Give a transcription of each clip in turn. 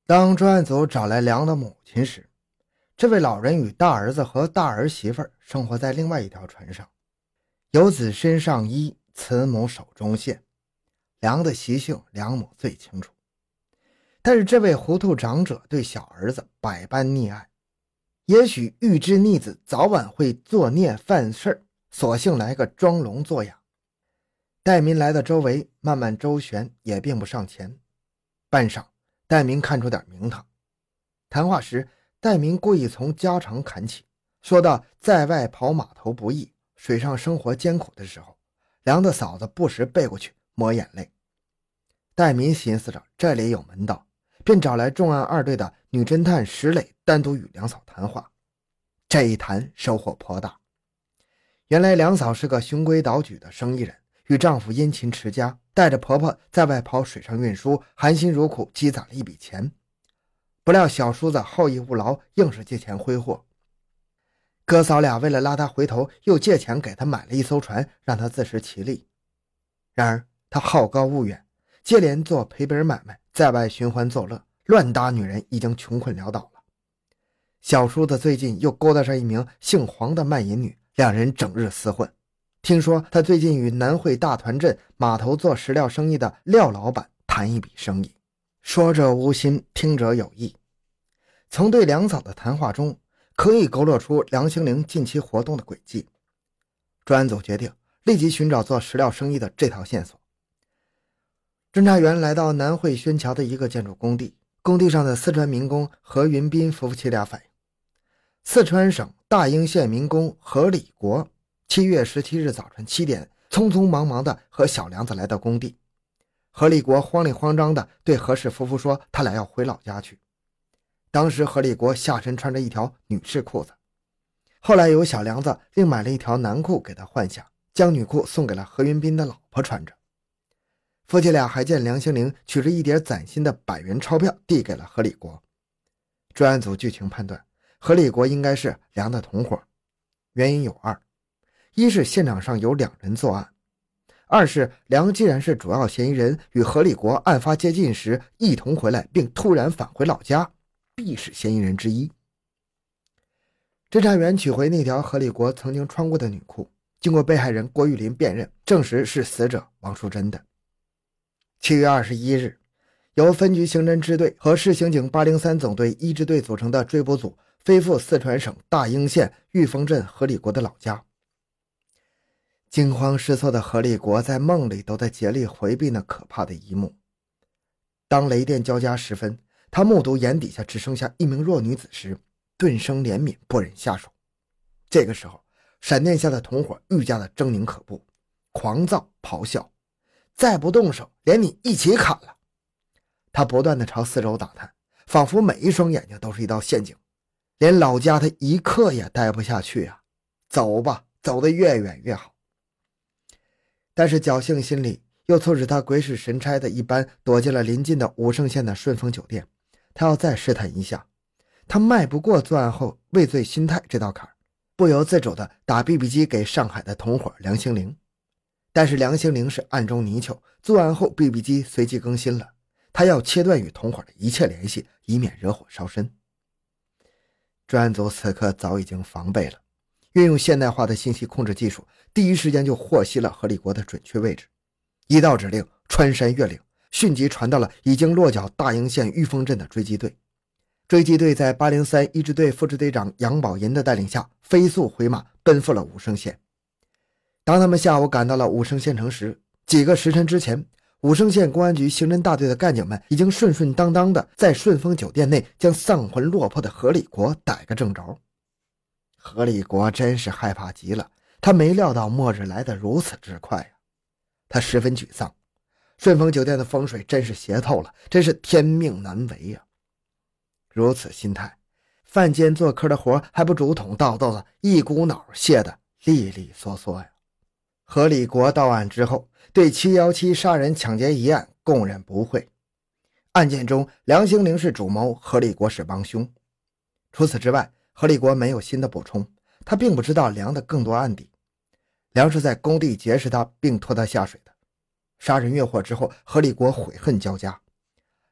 当专案组找来梁的母亲时，这位老人与大儿子和大儿媳妇生活在另外一条船上，游子身上衣，慈母手中线。梁的习性梁母最清楚，但是这位糊涂长者对小儿子百般溺爱，也许预知逆子早晚会作孽犯事，索性来个装聋作哑。戴民来到周围慢慢周旋，也并不上前。半晌，戴民看出点名堂。谈话时，戴民故意从家常谈起，说到在外跑码头不易，水上生活艰苦的时候，梁的嫂子不时背过去抹眼泪。戴民寻思着这里有门道，便找来重案二队的女侦探石磊单独与梁嫂谈话。这一谈收获颇大。原来梁嫂是个循规蹈矩的生意人，与丈夫殷勤持家，带着婆婆在外跑水上运输，含辛茹苦积攒了一笔钱。不料小叔子好逸恶劳，硬是借钱挥霍。哥嫂俩为了拉他回头，又借钱给他买了一艘船，让他自食其力。然而他好高骛远，接连做赔本买卖，在外寻欢作乐，乱搭女人，已经穷困潦倒了。小叔子最近又勾搭上一名姓黄的卖淫女，两人整日厮混。听说他最近与南汇大团镇码头做石料生意的廖老板谈一笔生意。说者无心，听者有意。从对梁嫂的谈话中，可以勾勒出梁兴玲近期活动的轨迹。专案组决定立即寻找做石料生意的这条线索。侦查员来到南汇宣桥的一个建筑工地，工地上的四川民工何云斌夫妻俩反映，四川省大英县民工何礼国7月17日早晨7点匆匆忙忙地和小梁子来到工地。何立国慌里慌张地对何氏夫妇说他俩要回老家去。当时何立国下身穿着一条女士裤子，后来由小梁子另买了一条男裤给他换下，将女裤送给了何云斌的老婆穿着。夫妻俩还见梁兴玲取着一叠崭新的100元钞票递给了何立国。专案组剧情判断，何立国应该是梁的同伙，原因有二：一是现场上有2人作案，二是梁既然是主要嫌疑人，与何立国案发接近时一同回来并突然返回老家，必是嫌疑人之一。侦查员取回那条何立国曾经穿过的女裤，经过被害人郭玉林辨认，证实是死者王淑珍的。7月21日，由分局刑侦支队和市刑警803总队1支队组成的追捕组飞赴四川省大英县玉峰镇何立国的老家。惊慌失措的何立国在梦里都在竭力回避那可怕的一幕。当雷电交加时分，他目睹眼底下只剩下一名弱女子时，顿生怜悯，不忍下手。这个时候，闪电下的同伙愈加的狰狞可怖，狂躁咆哮，再不动手连你一起砍了。他不断地朝四周打探，仿佛每一双眼睛都是一道陷阱，连老家他一刻也待不下去啊！走吧，走得越远越好。但是侥幸心理又促使他鬼使神差的一般躲进了临近的武胜县的顺丰酒店。他要再试探一下，他迈不过作案后畏罪心态这道坎，不由自主地打 BB 机给上海的同伙梁兴玲。但是梁兴玲是暗中泥鳅，作案后 BB 机随即更新了，他要切断与同伙的一切联系，以免惹火烧身。专案组此刻早已经防备了，运用现代化的信息控制技术，第一时间就获悉了何立国的准确位置。一道指令，穿山越岭，迅即传到了已经落脚大英县玉峰镇的追击队。追击队在803一支队副支队长杨宝银的带领下，飞速回马奔赴了武胜县。当他们下午赶到了武胜县城时，几个时辰之前，武胜县公安局刑侦大队的干警们已经顺顺当当的在顺丰酒店内将丧魂落魄的何立国逮个正着。何立国真是害怕极了，他没料到末日来得如此之快啊！他十分沮丧，顺丰酒店的风水真是邪透了，真是天命难违啊！如此心态，饭间做客的活还不竹筒倒豆子，一股脑卸得利利索索呀。何立国到案之后，对717杀人抢劫一案供认不讳。案件中，梁兴玲是主谋，何立国是帮凶。除此之外，何立国没有新的补充，他并不知道梁的更多案底。梁是在工地结识他并拖他下水的。杀人越货之后，何立国悔恨交加。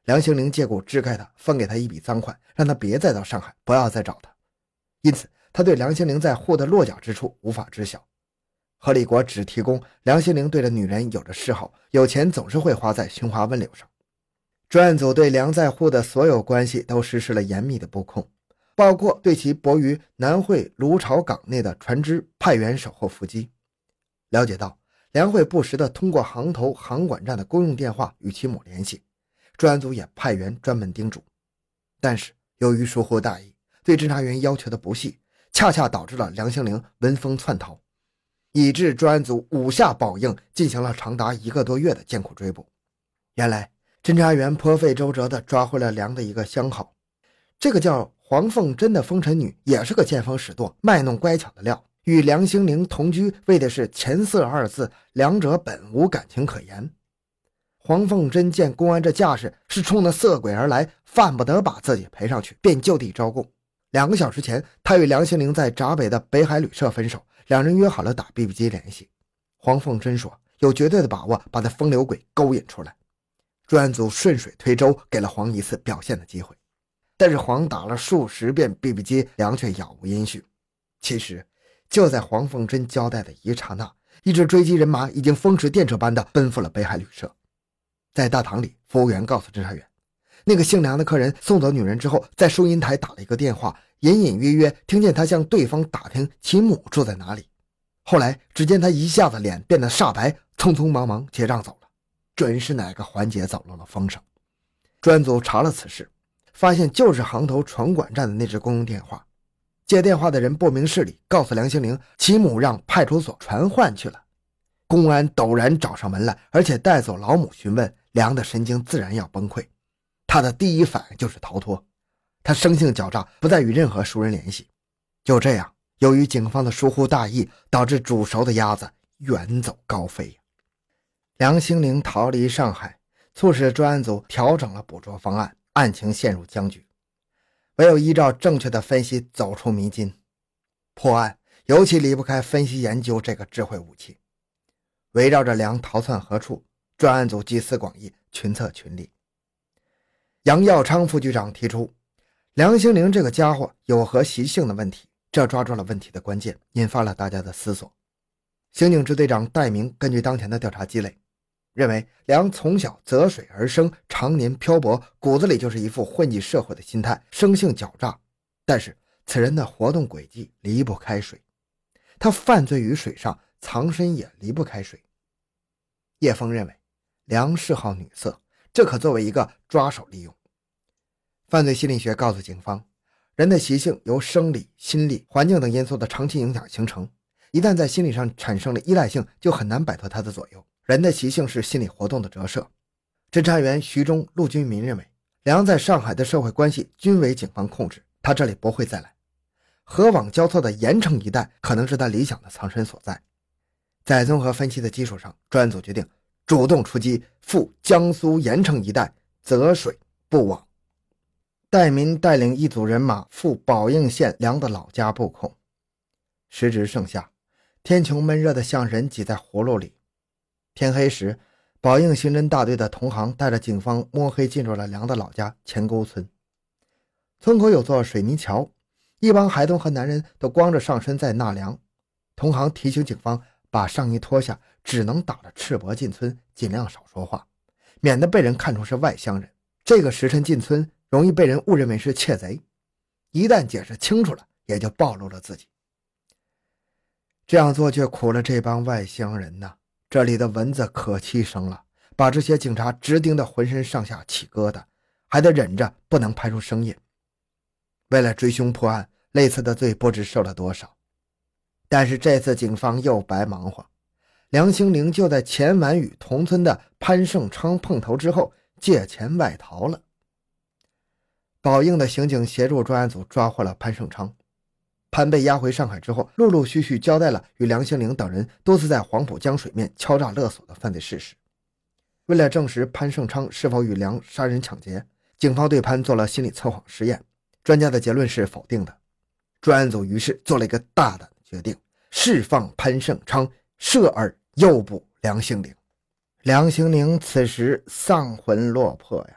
梁兴玲借故支开他，分给他一笔赃款，让他别再到上海，不要再找他。因此他对梁兴玲在沪的落脚之处无法知晓。何立国只提供梁兴玲对着女人有着嗜好，有钱总是会花在寻花问柳上。专案组对梁在沪的所有关系都实施了严密的布控，包括对其泊于南汇芦潮港内的船只派员守候伏击。了解到梁会不时地通过航头航管站的公用电话与其母联系，专案组也派员专门叮嘱。但是由于疏忽大意，对侦查员要求的不细，恰恰导致了梁兴玲闻风窜逃，以致专案组五下宝应进行了长达1个多月的艰苦追捕。原来侦查员颇费周折地抓回了梁的一个相好，这个叫黄凤珍的风尘女也是个见风使舵卖弄乖巧的料，与梁兴玲同居为的是钱色2字，两者本无感情可言。黄凤珍见公安这架势是冲那色鬼而来，犯不得把自己赔上去，便就地招供。2个小时前，他与梁兴玲在闸北的北海旅社分手，两人约好了打 BB 机联系。黄凤珍说有绝对的把握把他风流鬼勾引出来。专案组顺水推舟，给了黄一次表现的机会。但是黄打了数十遍 BB 机，梁却杳无音讯。其实就在黄凤珍交代的一刹那，一支追击人马已经风驰电掣般的奔赴了北海旅社。在大堂里，服务员告诉侦查员，那个姓梁的客人送走女人之后，在收银台打了一个电话，隐隐约约听见他向对方打听其母住在哪里。后来只见他一下子脸变得煞白，匆匆忙忙结账走了，准是哪个环节走漏了风声。专案组查了此事，发现就是航头船管站的那只公用电话。接电话的人不明事理，告诉梁兴玲其母让派出所传唤去了。公安陡然找上门来，而且带走老母询问，梁的神经自然要崩溃。他的第一反应就是逃脱，他生性狡诈，不再与任何熟人联系。就这样，由于警方的疏忽大意，导致煮熟的鸭子远走高飞。梁兴玲逃离上海，促使专案组调整了捕捉方案，案情陷入僵局。唯有依照正确的分析走出迷津。破案尤其离不开分析研究这个智慧武器。围绕着梁逃窜何处，专案组集思广益，群策群力。杨耀昌副局长提出梁兴玲这个家伙有何习性的问题，这抓住了问题的关键，引发了大家的思索。刑警支队长戴明根据当前的调查积累，认为梁从小择水而生，常年漂泊，骨子里就是一副混迹社会的心态，生性狡诈。但是此人的活动轨迹离不开水，他犯罪于水上，藏身也离不开水。叶枫认为梁嗜好女色，这可作为一个抓手利用。犯罪心理学告诉警方，人的习性由生理、心理、环境等因素的长期影响形成，一旦在心理上产生了依赖性，就很难摆脱它的左右。人的习性是心理活动的折射。侦查员徐忠、陆军民认为，梁在上海的社会关系均为警方控制，他这里不会再来。河网交错的盐城一带可能是他理想的藏身所在。在综合分析的基础上，专案组决定主动出击，赴江苏盐城一带，择水布网。戴民带领一组人马赴宝应县梁的老家布控。时值盛夏，天穹闷热的像人挤在葫芦里。天黑时，宝应刑侦大队的同行带着警方摸黑进入了梁的老家前沟村。村口有座水泥桥，一帮孩童和男人都光着上身在纳凉。同行提醒警方把上衣脱下，只能打着赤膊进村，尽量少说话，免得被人看出是外乡人。这个时辰进村容易被人误认为是窃贼，一旦解释清楚了，也就暴露了自己。这样做却苦了这帮外乡人呐，这里的蚊子可气生了，把这些警察直盯得浑身上下起疙瘩，还得忍着不能拍出声音。为了追凶破案，类似的罪不知受了多少。但是这次警方又白忙活，梁兴玲就在前晚与同村的潘胜昌碰头之后借钱外逃了。宝应的刑警协助专案组抓获了潘胜昌。潘被押回上海之后，陆陆续续交代了与梁兴玲等人多次在黄浦江水面敲诈勒索的犯罪事实。为了证实潘胜昌是否与梁杀人抢劫，警方对潘做了心理测谎实验，专家的结论是否定的。专案组于是做了一个大胆的决定，释放潘胜昌，赦而诱捕梁兴玲。梁兴玲此时丧魂落魄呀，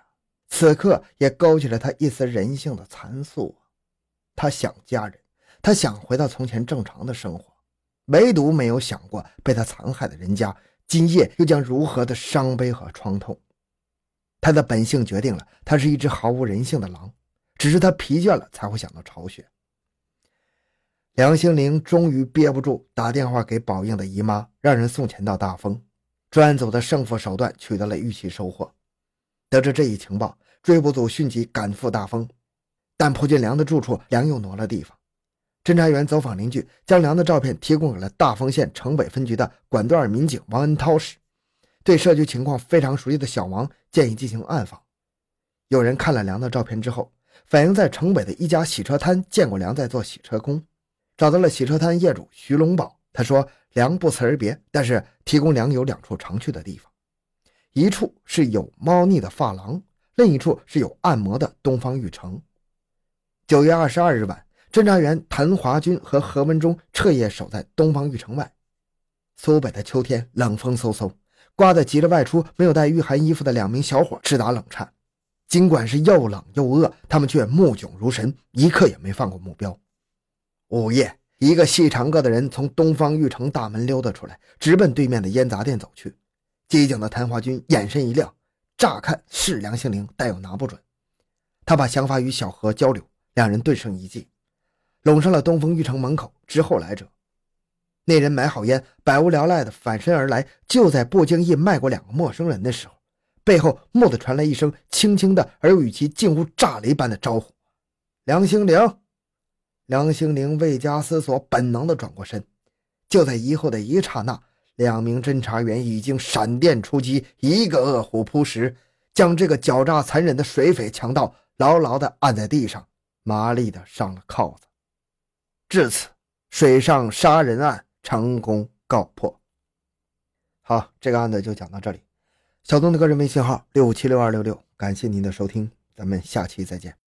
此刻也勾起了他一丝人性的残酷。他想家人，他想回到从前正常的生活，唯独没有想过被他残害的人家今夜又将如何的伤悲和创痛。他的本性决定了他是一只毫无人性的狼，只是他疲倦了才会想到巢穴。梁兴灵终于憋不住，打电话给宝应的姨妈，让人送钱到大丰，专走的胜负手段取得了预期收获。得知这一情报，追捕组迅即赶赴大丰，但朴俊良的住处梁又挪了地方。侦查员走访邻居，将梁的照片提供给了大丰县城北分局的管段民警王恩涛时，对社区情况非常熟悉的小王建议进行暗访。有人看了梁的照片之后，反映在城北的一家洗车摊见过梁在做洗车工，找到了洗车摊业主徐龙宝。他说梁不辞而别，但是提供梁有2处常去的地方，一处是有猫腻的发廊，另一处是有按摩的东方玉城。9月22日晚，侦查员谭华军和何文忠彻夜守在东方玉城外。苏北的秋天冷风嗖嗖，刮得急着外出没有带御寒衣服的2名小伙直打冷颤。尽管是又冷又饿，他们却目炯如神，一刻也没放过目标。午夜，一个细长个的人从东方玉城大门溜达出来，直奔对面的烟杂店走去。机警的谭华军眼神一亮，乍看是梁兴灵，但又拿不准。他把想法与小何交流，两人顿生一计，拢上了东风玉城门口之后来者。那人买好烟，百无聊赖的反身而来，就在不经意迈过2个陌生人的时候，背后蓦地传来一声轻轻的而又语气近乎炸雷般的招呼：梁兴灵。梁兴灵未加思索，本能的转过身。就在疑惑的一刹那，2名侦查员已经闪电出击，一个饿虎扑食，将这个狡诈残忍的水匪强盗牢牢地按在地上，麻利地上了铐子。至此，水上杀人案成功告破。好，这个案子就讲到这里。小东的个人微信号6576266，感谢您的收听，咱们下期再见。